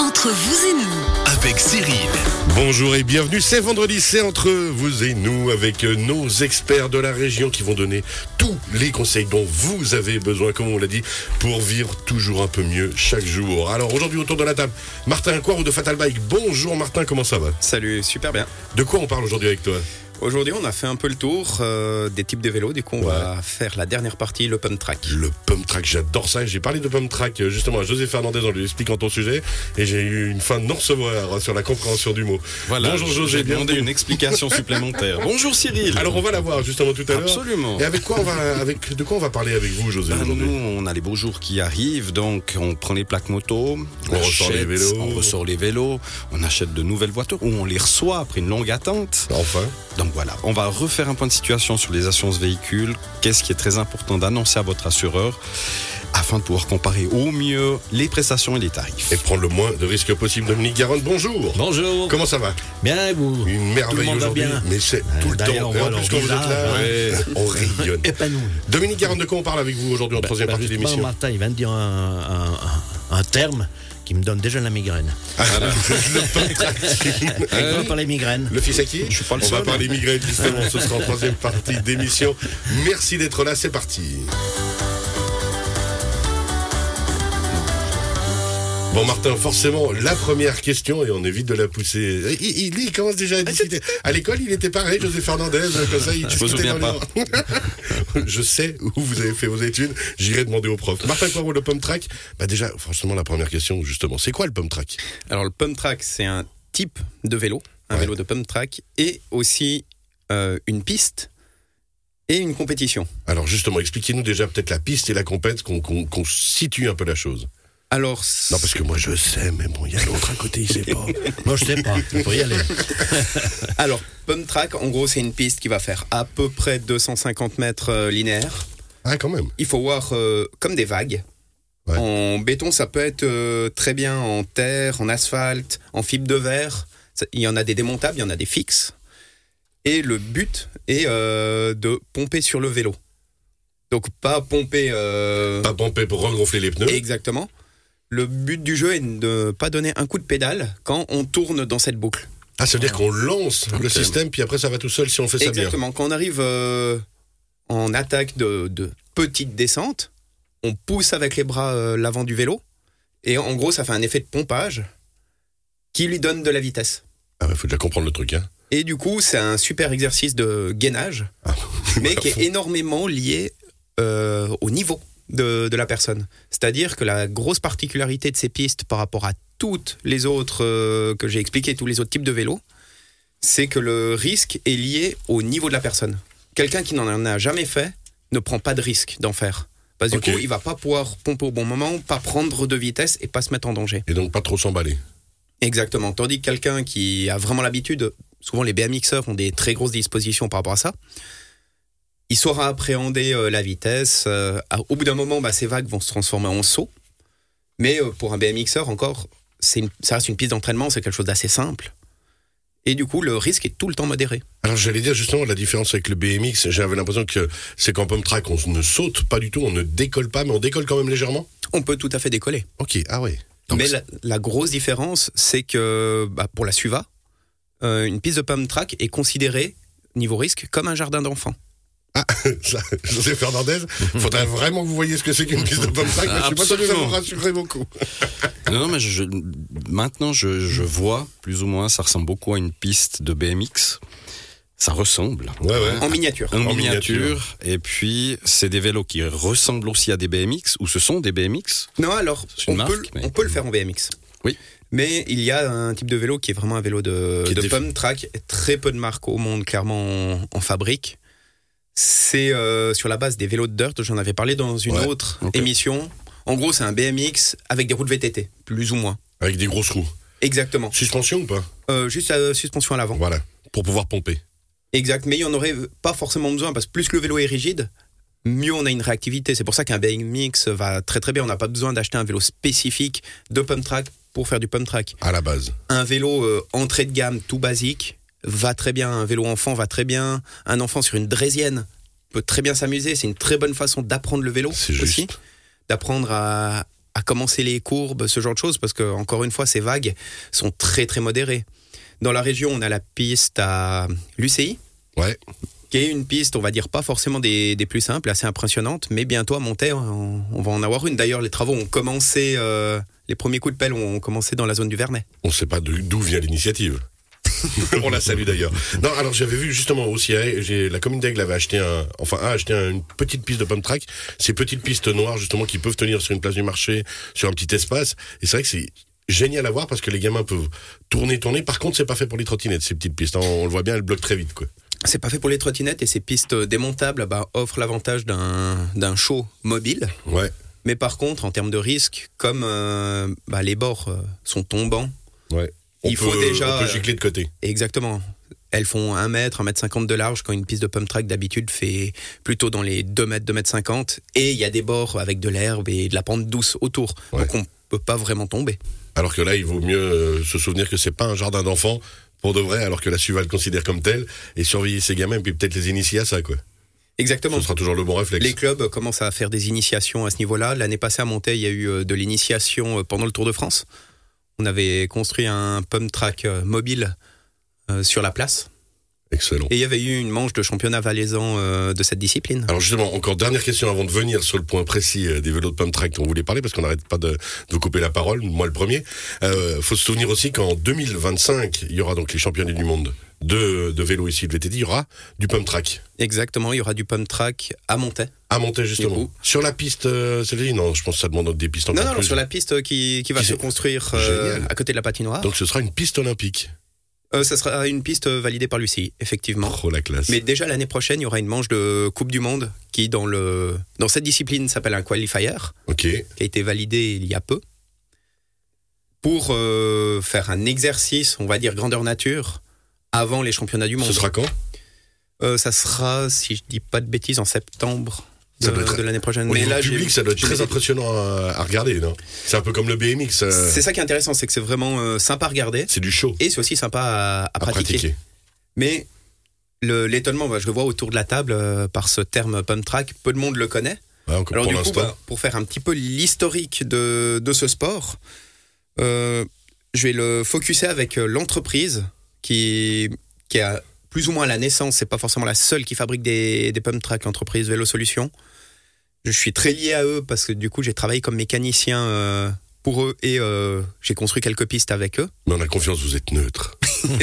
Entre vous et nous, avec Cyril. Bonjour et bienvenue, c'est vendredi, c'est Entre vous et nous avec nos experts de la région qui vont donner tous les conseils dont vous avez besoin, comme on l'a dit, pour vivre toujours un peu mieux chaque jour. Alors aujourd'hui autour de la table, Martin Coirou de Fatal Bike. Bonjour Martin, comment ça va ? Salut, super bien. De quoi on parle aujourd'hui avec toi ? Aujourd'hui, on a fait un peu le tour des types de vélos. Du coup, on va faire la dernière partie, le pump track. Le pump track, j'adore ça. J'ai parlé de pump track justement à José Fernandez en lui expliquant ton sujet et j'ai eu une fin de non-recevoir sur la compréhension du mot. Voilà, bonjour José, j'ai demandé une explication supplémentaire. Bonjour Cyril. Alors on va la voir justement tout à l'heure. Absolument. Et de quoi on va parler avec vous José aujourd'hui ? Nous, on a les beaux jours qui arrivent, donc on prend les plaques moto, on ressort les vélos, on achète de nouvelles voitures ou on les reçoit après une longue attente. Enfin. Donc voilà, on va refaire un point de situation sur les assurances véhicules. Qu'est-ce qui est très important d'annoncer à votre assureur afin de pouvoir comparer au mieux les prestations et les tarifs. Et prendre le moins de risques possible. Dominique Garonne, bonjour. Bonjour. Comment ça va ? Bien et vous ? Une merveille aujourd'hui. Bien. Mais c'est tout le temps. Et en plus quand vous êtes là, on rayonne. Épanoui. Dominique Garonne, de quoi on parle avec vous aujourd'hui en troisième partie de l'émission ? Martin, il vient de dire un terme qui me donne déjà la migraine. Voilà. Le pump track. On va parler migraine. Le fils à qui ? Je suis pas le On seul. va parler migraine justement, ce sera en troisième partie d'émission. Merci d'être là, c'est parti. Bon Martin, forcément, la première question, et on évite de la pousser. Il commence déjà à discuter. À l'école, il était pareil, José Fernandez, comme ça, il Je me souviens pas. Je sais où vous avez fait vos études, j'irai demander au prof. Martin Coirou, le pump track. Déjà, franchement, la première question, justement, c'est quoi le pump track ? Alors, le pump track, c'est un type de vélo, vélo de pump track, et aussi une piste et une compétition. Alors justement, expliquez-nous déjà peut-être la piste et la compète, qu'on situe un peu la chose. Alors, Non, parce que moi je sais, mais bon, il y a l'autre à côté, il sait pas. Moi, je sais pas. Il faut y aller. alors, pump track, en gros, c'est une piste qui va faire à peu près 250 mètres linéaires. Ah, quand même. Il faut voir comme des vagues. Ouais. En béton, ça peut être très bien en terre, en asphalte, en fibre de verre. Il y en a des démontables, il y en a des fixes. Et le but est de pomper sur le vélo. Donc pas pomper... Pas pomper pour regonfler les pneus. Exactement. Le but du jeu est de ne pas donner un coup de pédale quand on tourne dans cette boucle. Ah, ça veut dire qu'on lance le système, puis après ça va tout seul si on fait ça bien. Exactement. Quand on arrive en attaque de petite descente, on pousse avec les bras l'avant du vélo. Et en gros, ça fait un effet de pompage qui lui donne de la vitesse. Ah, faut déjà comprendre le truc, hein. Et du coup, c'est un super exercice de gainage, mais qui est énormément lié au niveau de la personne. C'est-à-dire que la grosse particularité de ces pistes par rapport à toutes les autres que j'ai expliquées, tous les autres types de vélos, c'est que le risque est lié au niveau de la personne. Quelqu'un qui n'en a jamais fait ne prend pas de risque d'en faire. Parce que du coup, il va pas pouvoir pomper au bon moment, pas prendre de vitesse et pas se mettre en danger. Et donc pas trop s'emballer. Exactement. Tandis que quelqu'un qui a vraiment l'habitude, souvent les BMXers ont des très grosses dispositions par rapport à ça, il saura appréhender la vitesse. Au bout d'un moment, ces vagues vont se transformer en sauts. Mais pour un BMXer, encore, ça reste une piste d'entraînement, c'est quelque chose d'assez simple. Et du coup, le risque est tout le temps modéré. Alors j'allais dire justement la différence avec le BMX, j'avais l'impression que c'est qu'en pump track, on ne saute pas du tout, on ne décolle pas, mais on décolle quand même légèrement. On peut tout à fait décoller. Ok, ah ouais. Donc mais la grosse différence, c'est que pour la Suva, une piste de pump track est considérée, niveau risque, comme un jardin d'enfants. Ah, ça, José Fernandez, faudrait vraiment que vous voyez ce que c'est qu'une piste de pump track, mais je suis pas sûr que ça vous rassurerait beaucoup. Non, mais maintenant je vois plus ou moins, ça ressemble beaucoup à une piste de BMX. Ça ressemble. Ouais. En miniature. En miniature. Et puis, c'est des vélos qui ressemblent aussi à des BMX, ou ce sont des BMX. Non, alors, C'est une marque, on peut le faire en BMX. Oui. Mais il y a un type de vélo qui est vraiment un vélo de pump track. Très peu de marques au monde, clairement, en fabrique. C'est sur la base des vélos de dirt. J'en avais parlé dans une autre émission. En gros, c'est un BMX avec des roues de VTT, plus ou moins. Avec des grosses roues. Exactement. Suspension ou pas ? Juste la suspension à l'avant. Voilà, pour pouvoir pomper. Exact, mais il n'y en aurait pas forcément besoin, parce que plus le vélo est rigide, mieux on a une réactivité. C'est pour ça qu'un BMX va très très bien. On n'a pas besoin d'acheter un vélo spécifique de pump track pour faire du pump track. À la base. Un vélo entrée de gamme tout basique va très bien. Un vélo enfant va très bien. Un enfant sur une draisienne peut très bien s'amuser. C'est une très bonne façon d'apprendre le vélo C'est aussi. juste. D'apprendre à à commencer les courbes, ce genre de choses, parce que encore une fois, ces vagues sont très très modérées. Dans la région, on a la piste à l'UCI, Ouais. qui est une piste, on va dire, pas forcément des plus simples, assez impressionnante, mais bientôt à monter, on va en avoir une. D'ailleurs, les travaux ont commencé, les premiers coups de pelle ont commencé dans la zone du Vernet. On ne sait pas d'où vient l'initiative. On la salue d'ailleurs. Non, alors j'avais vu justement aussi, la commune d'Aigle avait acheté une petite piste de pump track. Ces petites pistes noires justement qui peuvent tenir sur une place du marché, sur un petit espace. Et c'est vrai que c'est génial à voir parce que les gamins peuvent tourner. Par contre, c'est pas fait pour les trottinettes, ces petites pistes. On le voit bien, elles bloquent très vite, quoi. C'est pas fait pour les trottinettes et ces pistes démontables offrent l'avantage d'un show mobile. Ouais. Mais par contre, en termes de risque, comme les bords sont tombants, Ouais. On peut gicler de côté. Exactement. Elles font 1 mètre, 1,50 m de large, quand une piste de pump track d'habitude fait plutôt dans les 2 mètres, 2,50 m. Et il y a des bords avec de l'herbe et de la pente douce autour. Ouais. Donc on peut pas vraiment tomber. Alors que là, il vaut mieux se souvenir que c'est pas un jardin d'enfants, pour de vrai, alors que la SUVA le considère comme tel, et surveiller ses gamins, et puis peut-être les initier à ça, quoi. Exactement. Ce sera toujours le bon réflexe. Les clubs commencent à faire des initiations à ce niveau-là. L'année passée à Montaix, il y a eu de l'initiation pendant le Tour de France. On avait construit un pump track mobile sur la place. Excellent. Et il y avait eu une manche de championnat valaisan de cette discipline. Alors justement, encore dernière question avant de venir sur le point précis des vélos de pump track dont on voulait parler, parce qu'on n'arrête pas de vous couper la parole, moi le premier. Faut se souvenir aussi qu'en 2025, il y aura donc les championnats du monde de vélo ici, de VTT, il y aura du pump track. Exactement, il y aura du pump track à Montaix. À Montaix, justement. Sur la piste, celle-ci, non, je pense que ça demande des pistes encore plus. Non, sur la piste qui va se construire à côté de la patinoire. Donc ce sera une piste olympique. Ça sera une piste validée par l'UCI, effectivement. Oh, la classe. Mais déjà l'année prochaine, il y aura une manche de Coupe du Monde qui, dans cette discipline, s'appelle un qualifier. Ok. Qui a été validé il y a peu. Pour faire un exercice, on va dire grandeur nature, avant les championnats du monde. Ce sera quand ? Ça sera, si je dis pas de bêtises, en septembre de l'année prochaine. Mais là, public, ça doit être très impressionnant à regarder, non ? C'est un peu comme le BMX. C'est ça qui est intéressant, c'est que c'est vraiment sympa à regarder. C'est du show. Et c'est aussi sympa à pratiquer. Mais l'étonnement, je le vois autour de la table par ce terme pump track, peu de monde le connaît. Ouais, alors du coup, pour faire un petit peu l'historique de ce sport, je vais le focuser avec l'entreprise qui a plus ou moins à la naissance, c'est pas forcément la seule qui fabrique des pump track, l'entreprise Vélo Solutions. Je suis très lié à eux parce que du coup j'ai travaillé comme mécanicien pour eux et j'ai construit quelques pistes avec eux. Mais on a confiance, vous êtes neutre.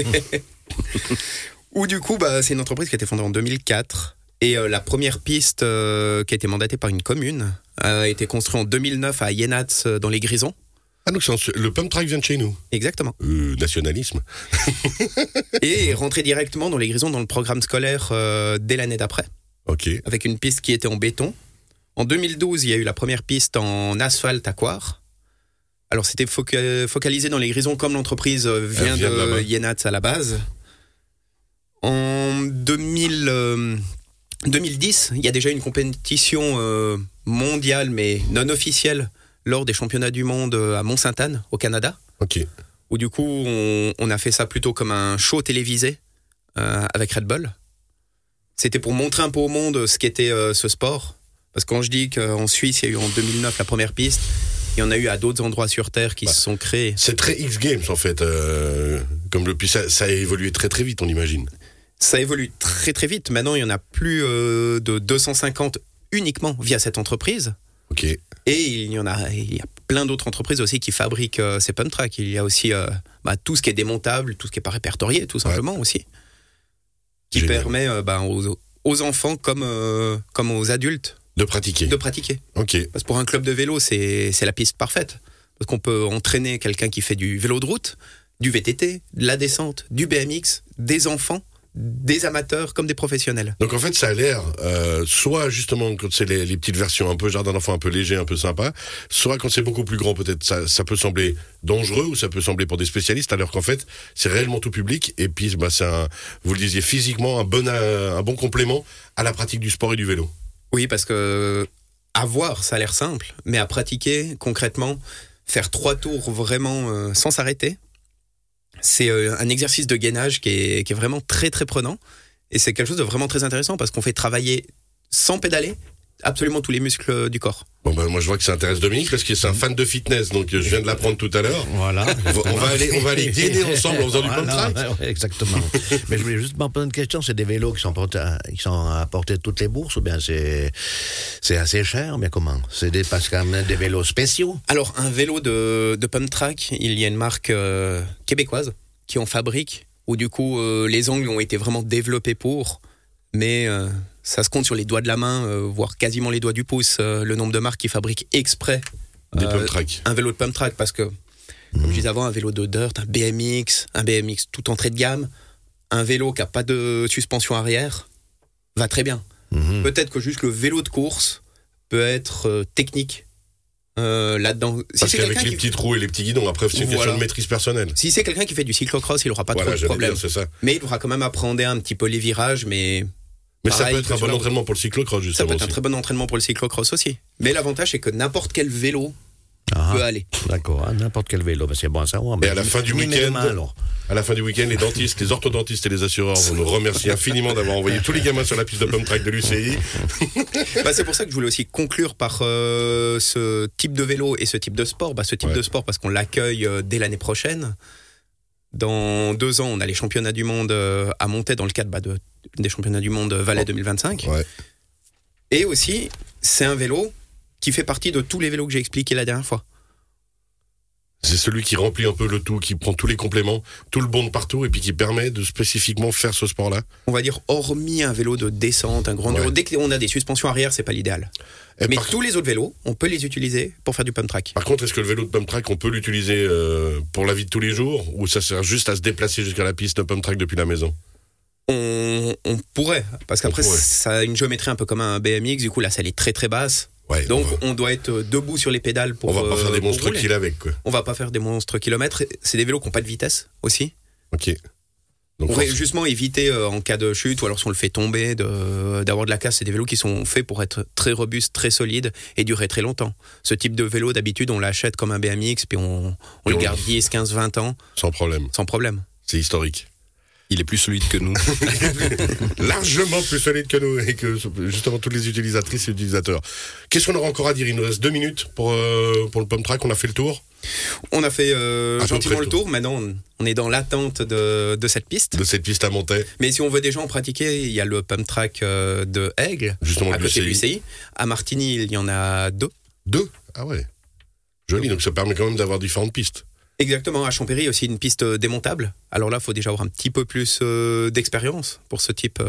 Ou du coup c'est une entreprise qui a été fondée en 2004 et la première piste qui a été mandatée par une commune a été construite en 2009 à Yenats dans les Grisons. Ah donc le pump track vient de chez nous. Exactement. Nationalisme. Et rentrer directement dans les Grisons dans le programme scolaire dès l'année d'après. Ok. Avec une piste qui était en béton. En 2012, il y a eu la première piste en asphalte à Coire. Alors c'était focalisé dans les Grisons comme l'entreprise vient de Yenats à la base. En 2010, il y a déjà une compétition mondiale mais non officielle lors des championnats du monde à Mont-Sainte-Anne, au Canada. Ok. Où du coup, on a fait ça plutôt comme un show télévisé avec Red Bull. C'était pour montrer un peu au monde ce qu'était ce sport. Parce que quand je dis qu'en Suisse, il y a eu en 2009 la première piste, il y en a eu à d'autres endroits sur Terre qui se sont créés. C'est très X-Games en fait. Puis ça a évolué très très vite, on imagine. Ça évolue très très vite. Maintenant, il y en a plus de 250 uniquement via cette entreprise. Ok. Et il y a plein d'autres entreprises aussi qui fabriquent ces pump tracks. Il y a aussi tout ce qui est démontable, tout ce qui n'est pas répertorié, tout simplement aussi. Qui permet aux enfants comme aux adultes de pratiquer. Ok. Parce que pour un club de vélo, c'est la piste parfaite. Parce qu'on peut entraîner quelqu'un qui fait du vélo de route, du VTT, de la descente, du BMX, des enfants, des amateurs comme des professionnels. Donc en fait ça a l'air soit justement quand c'est les petites versions un peu jardin d'enfants, un peu léger, un peu sympa, soit quand c'est beaucoup plus grand peut-être ça peut sembler dangereux ou ça peut sembler pour des spécialistes alors qu'en fait c'est réellement tout public et puis c'est vous le disiez physiquement un bon complément à la pratique du sport et du vélo. Oui, parce que à voir ça a l'air simple, mais à pratiquer concrètement, faire 3 tours vraiment sans s'arrêter. C'est un exercice de gainage qui est vraiment très très prenant et c'est quelque chose de vraiment très intéressant parce qu'on fait travailler sans pédaler absolument tous les muscles du corps. Bon ben moi je vois que ça intéresse Dominique parce que c'est un fan de fitness, donc je viens de l'apprendre tout à l'heure. Voilà. On va aller gainer ensemble en faisant du pump track. Ouais, exactement. Mais je voulais juste m'en poser une question. C'est des vélos qui sont apportés de toutes les bourses ou bien c'est assez cher, mais comment? Parce quand même des vélos spéciaux. Alors un vélo de pump track, il y a une marque québécoise qui en fabrique, où du coup les angles ont été vraiment développés pour, mais ça se compte sur les doigts de la main, voire quasiment les doigts du pouce, le nombre de marques qui fabriquent exprès des pump track. Un vélo de pump track, parce que, comme je disais avant, un vélo de dirt, un BMX tout entrée de gamme, un vélo qui n'a pas de suspension arrière, va très bien. Peut-être que juste le vélo de course peut être technique là-dedans. Parce qu'avec les petits trous et les petits guidons, après c'est une question de maîtrise personnelle. Si c'est quelqu'un qui fait du cyclocross, il n'aura pas trop de problème. C'est ça. Mais il devra quand même appréhender un petit peu les virages, mais ça peut être un bon entraînement pour le cyclocross, justement. Ça peut être un très bon entraînement pour le cyclocross aussi. Mais l'avantage, c'est que n'importe quel vélo peut aller. D'accord, n'importe quel vélo, c'est bon à savoir. Et à la fin du week-end, les dentistes, les orthodontistes et les assureurs vont nous remercier infiniment d'avoir envoyé tous les gamins sur la piste de pump track de l'UCI. C'est pour ça que je voulais aussi conclure par ce type de vélo et ce type de sport. Ce type de sport parce qu'on l'accueille dès l'année prochaine. Dans 2 ans, on a les championnats du monde à monter dans le cadre des championnats du monde Valais 2025. Ouais. Et aussi, c'est un vélo qui fait partie de tous les vélos que j'ai expliqués la dernière fois. C'est celui qui remplit un peu le tout, qui prend tous les compléments, tout le bon de partout, et puis qui permet de spécifiquement faire ce sport-là. On va dire, hormis un vélo de descente, un grand enduro, dès qu'on a des suspensions arrière, c'est pas l'idéal. Mais tous les autres vélos, on peut les utiliser pour faire du pump track. Par contre, est-ce que le vélo de pump track, on peut l'utiliser pour la vie de tous les jours, ou ça sert juste à se déplacer jusqu'à la piste de pump track depuis la maison? On pourrait, parce qu'après, ça a une géométrie un peu comme un BMX, du coup, là, ça est très très basse. Ouais, donc on doit être debout sur les pédales pour. On va pas faire des monstres kilomètres avec, quoi. On va pas faire des monstres kilomètres. C'est des vélos qui n'ont pas de vitesse aussi. Ok. Donc on va justement éviter en cas de chute ou alors si on le fait tomber d'avoir de la casse. C'est des vélos qui sont faits pour être très robustes, très solides et durer très longtemps. Ce type de vélo d'habitude on l'achète comme un BMX puis on le garde 10, 15, 20 ans. Sans problème. Sans problème. C'est historique. Il est plus solide que nous. Largement plus solide que nous et que justement toutes les utilisatrices et utilisateurs. Qu'est-ce qu'on aura encore à dire? Il nous reste 2 minutes pour le pump track. On a fait le tour. On a fait gentiment le tour. Maintenant, on est dans l'attente de cette piste. De cette piste à monter. Mais si on veut déjà en pratiquer, il y a le pump track de Aigle, justement, à côté de l'UCI. À Martigny, il y en a 2. 2? Ah ouais. Joli, donc ça permet quand même d'avoir différentes pistes. Exactement, à Champéry, il y a aussi une piste démontable. Alors là, il faut déjà avoir un petit peu plus d'expérience pour ce type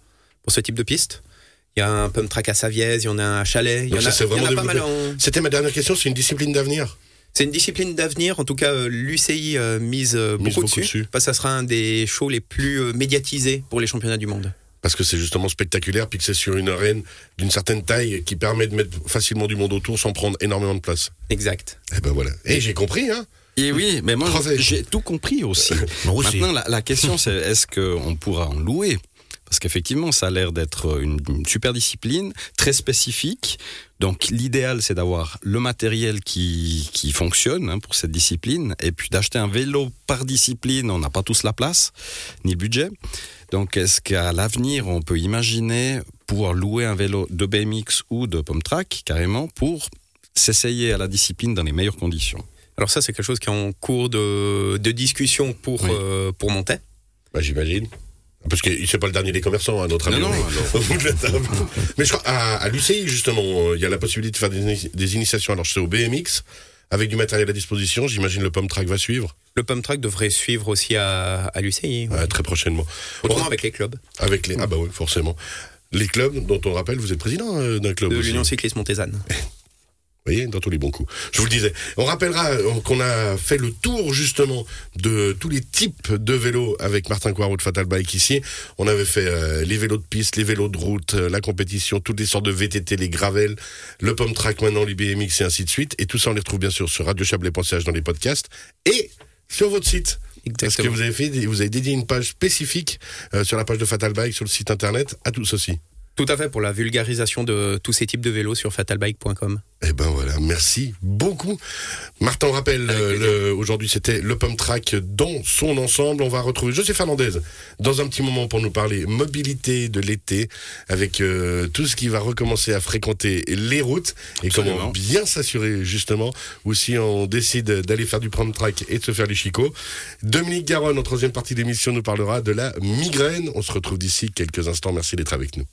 de piste. Il y a un pump track à Savièse, il y en a un à Chalet, il y en a pas mal. C'était ma dernière question, c'est une discipline d'avenir? C'est une discipline d'avenir, en tout cas l'UCI mise beaucoup dessus. Parce que ça sera un des shows les plus médiatisés pour les championnats du monde. Parce que c'est justement spectaculaire, puis que c'est sur une arène d'une certaine taille qui permet de mettre facilement du monde autour sans prendre énormément de place. Exact. Et ben voilà. Et j'ai compris, hein. Et oui, mais moi j'ai tout compris aussi. Maintenant, la question c'est est-ce qu'on pourra en louer? Parce qu'effectivement, ça a l'air d'être une super discipline, très spécifique. Donc l'idéal, c'est d'avoir le matériel qui fonctionne pour cette discipline. Et puis d'acheter un vélo par discipline, on n'a pas tous la place, ni le budget. Donc est-ce qu'à l'avenir, on peut imaginer pouvoir louer un vélo de BMX ou de pump track, carrément, pour s'essayer à la discipline dans les meilleures conditions? Alors ça, c'est quelque chose qui est en cours de discussion pour monter. J'imagine. Parce que c'est pas le dernier des commerçants, notre ami. Non. Au bout de la table. Mais je crois, à l'UCI, justement, il y a la possibilité de faire des initiations. Alors, je sais au BMX, avec du matériel à disposition. J'imagine le pump track va suivre. Le pump track devrait suivre aussi à l'UCI. Ouais. Très prochainement. Autrement, avec les clubs. Ah bah oui, forcément. Les clubs, dont on rappelle, vous êtes président d'un club de aussi. l'Union Cycliste Montezanne. Vous voyez, dans tous les bons coups. Je vous le disais, on rappellera qu'on a fait le tour justement de tous les types de vélos avec Martin Coirot de Fatal Bike ici. On avait fait les vélos de piste, les vélos de route, la compétition, toutes les sortes de VTT, les gravels, le pump track maintenant, les BMX et ainsi de suite. Et tout ça, on les retrouve bien sûr sur radiochablais.ch dans les podcasts et sur votre site. Exactement. Parce que vous avez dédié une page spécifique sur la page de Fatal Bike, sur le site internet, à tout ceci. Tout à fait, pour la vulgarisation de tous ces types de vélos sur fatalbike.com. Eh ben voilà, merci beaucoup. Martin, on rappelle, aujourd'hui c'était le Pump Track dans son ensemble. On va retrouver José Fernandez dans un petit moment pour nous parler mobilité de l'été, avec tout ce qui va recommencer à fréquenter les routes et comment bien s'assurer justement, ou si on décide d'aller faire du Pump Track et de se faire les chicots. Dominique Garonne, en troisième partie d'émission, nous parlera de la migraine. On se retrouve d'ici quelques instants. Merci d'être avec nous.